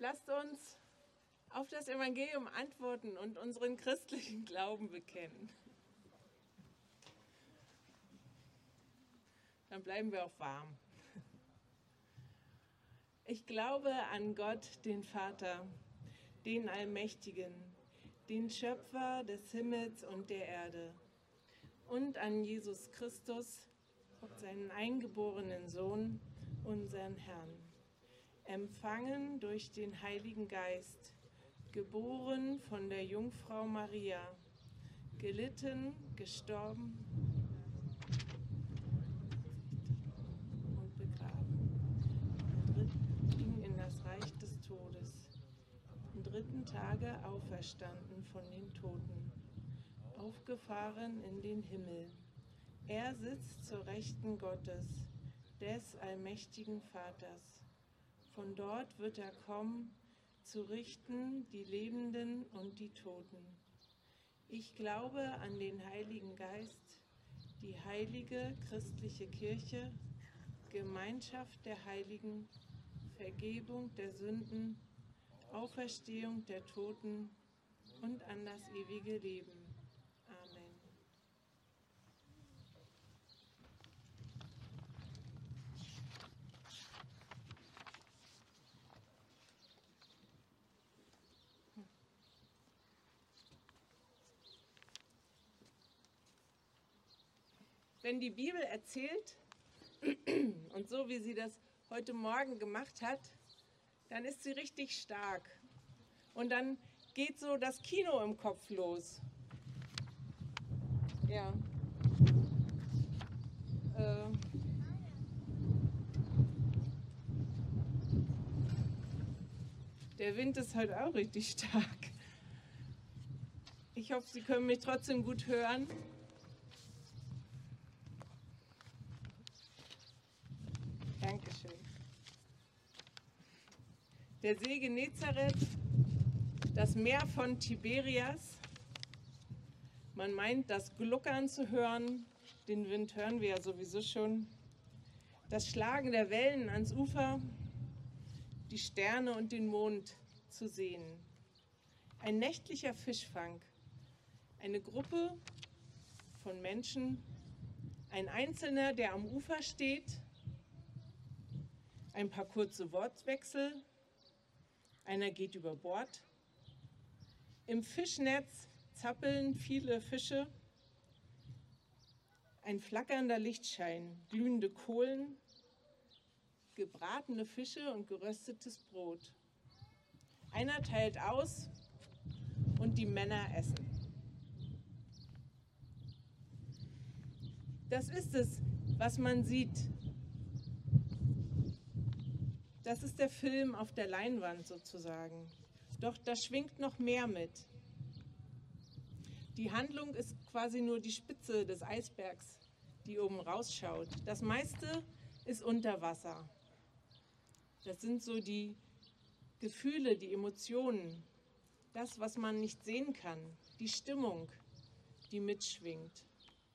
Lasst uns auf das Evangelium antworten und unseren christlichen Glauben bekennen. Dann bleiben wir auch warm. Ich glaube an Gott, den Vater, den Allmächtigen, den Schöpfer des Himmels und der Erde, und an Jesus Christus, seinen eingeborenen Sohn, unseren Herrn, empfangen durch den Heiligen Geist, geboren von der Jungfrau Maria, gelitten, gestorben und begraben, ging in das Reich des Todes, am dritten Tage auferstanden von den Toten, aufgefahren in den Himmel. Er sitzt zur Rechten Gottes, des allmächtigen Vaters. Von dort wird er kommen, zu richten die Lebenden und die Toten. Ich glaube an den Heiligen Geist, die heilige christliche Kirche, Gemeinschaft der Heiligen, Vergebung der Sünden, Auferstehung der Toten und an das ewige Leben. Amen. Wenn die Bibel erzählt, und so wie sie das heute Morgen gemacht hat, dann ist sie richtig stark. Und dann geht so das Kino im Kopf los. Ja. Der Wind ist heute auch richtig stark. Ich hoffe, Sie können mich trotzdem gut hören. Dankeschön. Der See Genezareth, das Meer von Tiberias. Man meint, das Gluckern zu hören. Den Wind hören wir ja sowieso schon. Das Schlagen der Wellen ans Ufer, die Sterne und den Mond zu sehen. Ein nächtlicher Fischfang, eine Gruppe von Menschen, ein Einzelner, der am Ufer steht, ein paar kurze Wortwechsel, einer geht über Bord. Im Fischnetz zappeln viele Fische, ein flackernder Lichtschein, glühende Kohlen, gebratene Fische und geröstetes Brot. Einer teilt aus und die Männer essen. Das ist es, was man sieht. Das ist der Film auf der Leinwand sozusagen. Doch da schwingt noch mehr mit. Die Handlung ist quasi nur die Spitze des Eisbergs, die oben rausschaut. Das meiste ist unter Wasser. Das sind so die Gefühle, die Emotionen, das, was man nicht sehen kann, die Stimmung, die mitschwingt.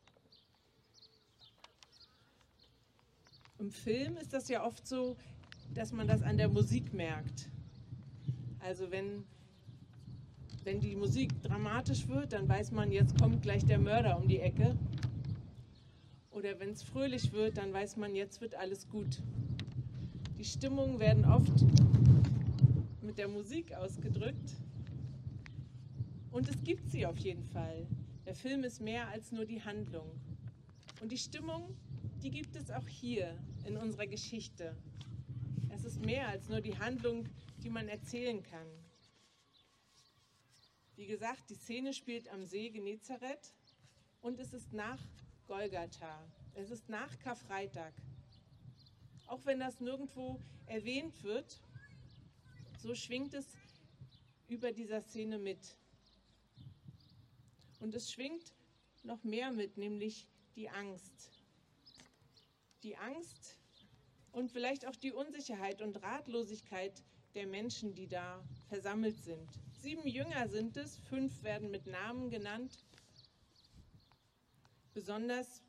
Im Film ist das ja oft so, dass man das an der Musik merkt. Also wenn die Musik dramatisch wird, dann weiß man, jetzt kommt gleich der Mörder um die Ecke. Oder wenn es fröhlich wird, dann weiß man, jetzt wird alles gut. Die Stimmungen werden oft mit der Musik ausgedrückt. Und es gibt sie auf jeden Fall. Der Film ist mehr als nur die Handlung. Und die Stimmung, die gibt es auch hier in unserer Geschichte. Es ist mehr als nur die Handlung, die man erzählen kann. Wie gesagt, die Szene spielt am See Genezareth und es ist nach Golgatha. Es ist nach Karfreitag. Auch wenn das nirgendwo erwähnt wird, so schwingt es über dieser Szene mit. Und es schwingt noch mehr mit, nämlich die Angst. Die Angst und vielleicht auch die Unsicherheit und Ratlosigkeit der Menschen, die da versammelt sind. 7 Jünger sind es, 5 werden mit Namen genannt. Besonders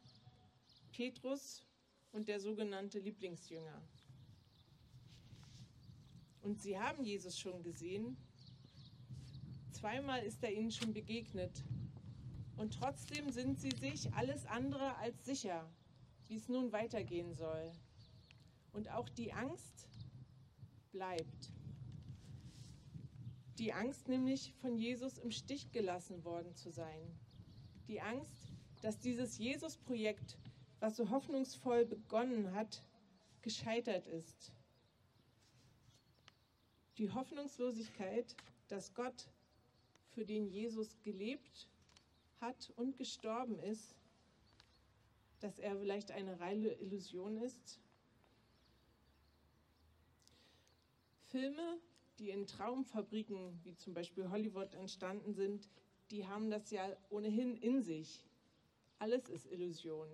Petrus und der sogenannte Lieblingsjünger. Und sie haben Jesus schon gesehen. Zweimal ist er ihnen schon begegnet. Und trotzdem sind sie sich alles andere als sicher, wie es nun weitergehen soll. Und auch die Angst bleibt. Die Angst nämlich, von Jesus im Stich gelassen worden zu sein. Die Angst, dass dieses Jesus-Projekt, was so hoffnungsvoll begonnen hat, gescheitert ist. Die Hoffnungslosigkeit, dass Gott, für den Jesus gelebt hat und gestorben ist, dass er vielleicht eine reine Illusion ist. Filme, die in Traumfabriken, wie zum Beispiel Hollywood, entstanden sind, die haben das ja ohnehin in sich. Alles ist Illusion.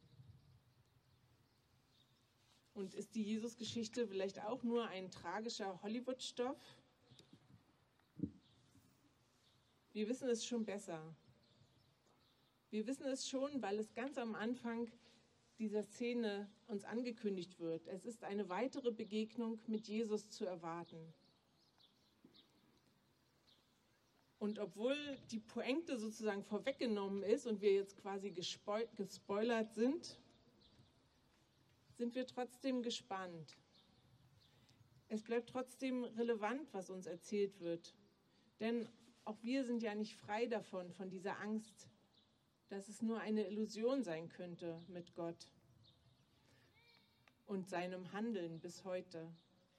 Und ist die Jesus-Geschichte vielleicht auch nur ein tragischer Hollywood-Stoff? Wir wissen es schon besser. Wir wissen es schon, weil es ganz am Anfang dieser Szene uns angekündigt wird. Es ist eine weitere Begegnung mit Jesus zu erwarten. Und obwohl die Pointe sozusagen vorweggenommen ist und wir jetzt quasi gespoilert sind, sind wir trotzdem gespannt. Es bleibt trotzdem relevant, was uns erzählt wird. Denn auch wir sind ja nicht frei davon, von dieser Angst, dass es nur eine Illusion sein könnte mit Gott und seinem Handeln bis heute.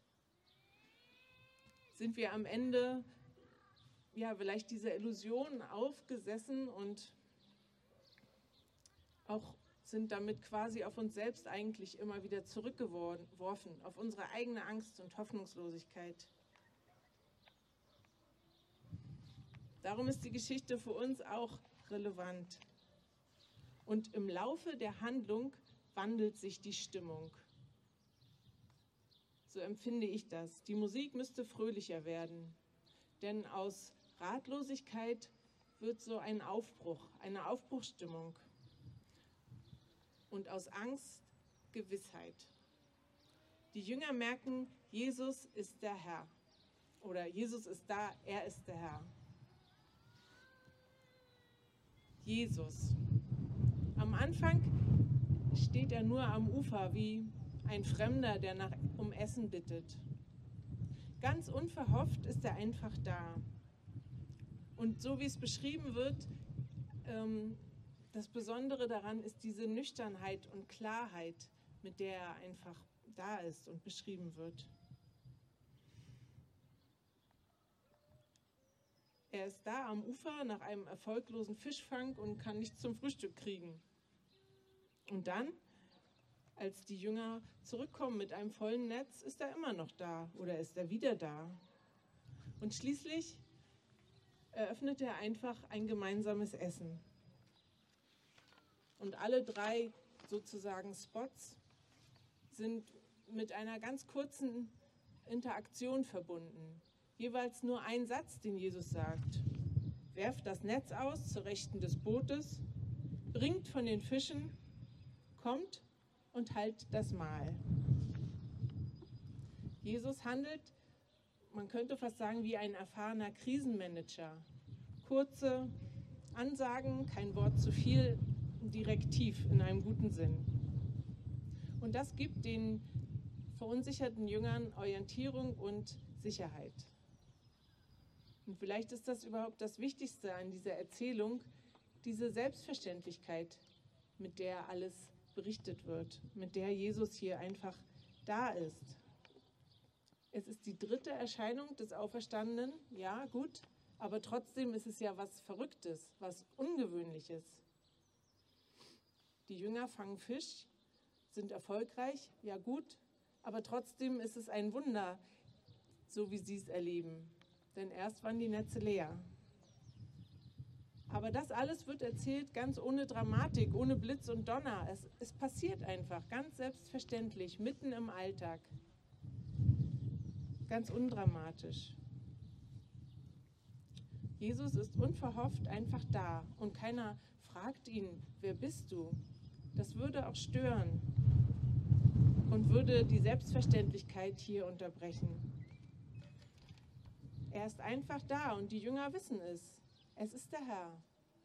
Sind wir am Ende vielleicht dieser Illusion aufgesessen und auch sind damit quasi auf uns selbst eigentlich immer wieder zurückgeworfen, auf unsere eigene Angst und Hoffnungslosigkeit. Darum ist die Geschichte für uns auch relevant. Und im Laufe der Handlung wandelt sich die Stimmung. So empfinde ich das. Die Musik müsste fröhlicher werden, denn aus Ratlosigkeit wird so ein Aufbruch, eine Aufbruchsstimmung. Und aus Angst Gewissheit. Die Jünger merken, Jesus ist der Herr. Oder Jesus ist da, er ist der Herr. Jesus. Am Anfang steht er nur am Ufer wie ein Fremder, der um Essen bittet. Ganz unverhofft ist er einfach da. Und so wie es beschrieben wird, das Besondere daran ist diese Nüchternheit und Klarheit, mit der er einfach da ist und beschrieben wird. Er ist da am Ufer nach einem erfolglosen Fischfang und kann nichts zum Frühstück kriegen. Und dann, als die Jünger zurückkommen mit einem vollen Netz, ist er immer noch da oder ist er wieder da. Und schließlich eröffnet er einfach ein gemeinsames Essen. Und alle 3 sozusagen Spots sind mit einer ganz kurzen Interaktion verbunden. Jeweils nur ein Satz, den Jesus sagt. Werft das Netz aus zur Rechten des Bootes, bringt von den Fischen, kommt und halt das Mahl. Jesus handelt, man könnte fast sagen, wie ein erfahrener Krisenmanager. Kurze Ansagen, kein Wort zu viel, direktiv in einem guten Sinn. Und das gibt den verunsicherten Jüngern Orientierung und Sicherheit. Und vielleicht ist das überhaupt das Wichtigste an dieser Erzählung, diese Selbstverständlichkeit, mit der alles berichtet wird, mit der Jesus hier einfach da ist. Es ist die 3. Erscheinung des Auferstandenen, ja gut, aber trotzdem ist es ja was Verrücktes, was Ungewöhnliches. Die Jünger fangen Fisch, sind erfolgreich, ja gut, aber trotzdem ist es ein Wunder, so wie sie es erleben. Denn erst waren die Netze leer. Aber das alles wird erzählt ganz ohne Dramatik, ohne Blitz und Donner. Es passiert einfach, ganz selbstverständlich, mitten im Alltag. Ganz undramatisch. Jesus ist unverhofft einfach da und keiner fragt ihn, wer bist du? Das würde auch stören und würde die Selbstverständlichkeit hier unterbrechen. Er ist einfach da und die Jünger wissen es. Es ist der Herr.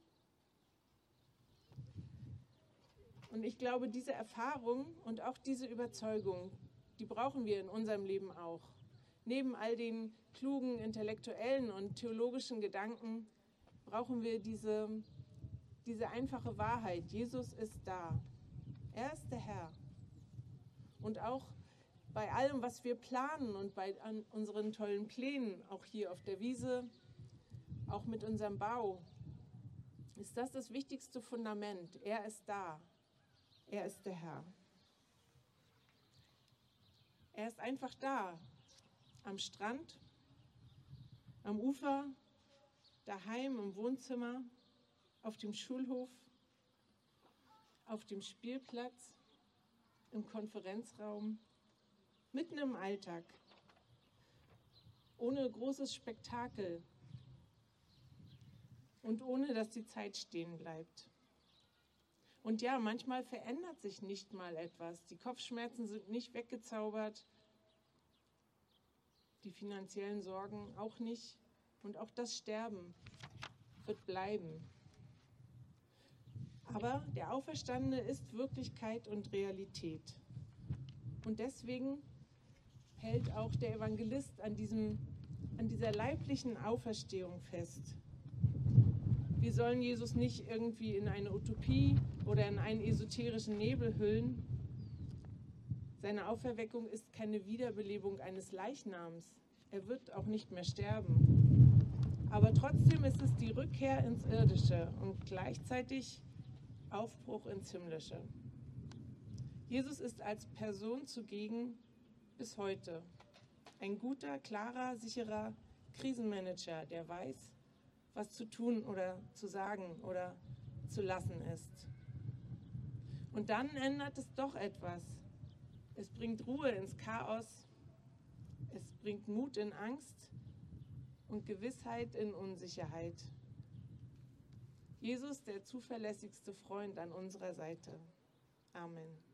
Und ich glaube, diese Erfahrung und auch diese Überzeugung, die brauchen wir in unserem Leben auch. Neben all den klugen, intellektuellen und theologischen Gedanken brauchen wir diese einfache Wahrheit. Jesus ist da. Er ist der Herr. Und auch bei allem, was wir planen und bei unseren tollen Plänen, auch hier auf der Wiese, auch mit unserem Bau, ist das wichtigste Fundament. Er ist da. Er ist der Herr. Er ist einfach da. Am Strand, am Ufer, daheim im Wohnzimmer, auf dem Schulhof, auf dem Spielplatz, im Konferenzraum, mitten im Alltag, ohne großes Spektakel und ohne, dass die Zeit stehen bleibt. Und ja, manchmal verändert sich nicht mal etwas. Die Kopfschmerzen sind nicht weggezaubert, die finanziellen Sorgen auch nicht und auch das Sterben wird bleiben. Aber der Auferstandene ist Wirklichkeit und Realität. Und deswegen hält auch der Evangelist an dieser leiblichen Auferstehung fest. Wir sollen Jesus nicht irgendwie in eine Utopie oder in einen esoterischen Nebel hüllen. Seine Auferweckung ist keine Wiederbelebung eines Leichnams. Er wird auch nicht mehr sterben. Aber trotzdem ist es die Rückkehr ins Irdische und gleichzeitig Aufbruch ins Himmlische. Jesus ist als Person zugegen bis heute. Ein guter, klarer, sicherer Krisenmanager, der weiß, was zu tun oder zu sagen oder zu lassen ist. Und dann ändert es doch etwas. Es bringt Ruhe ins Chaos, es bringt Mut in Angst und Gewissheit in Unsicherheit. Jesus, der zuverlässigste Freund an unserer Seite. Amen.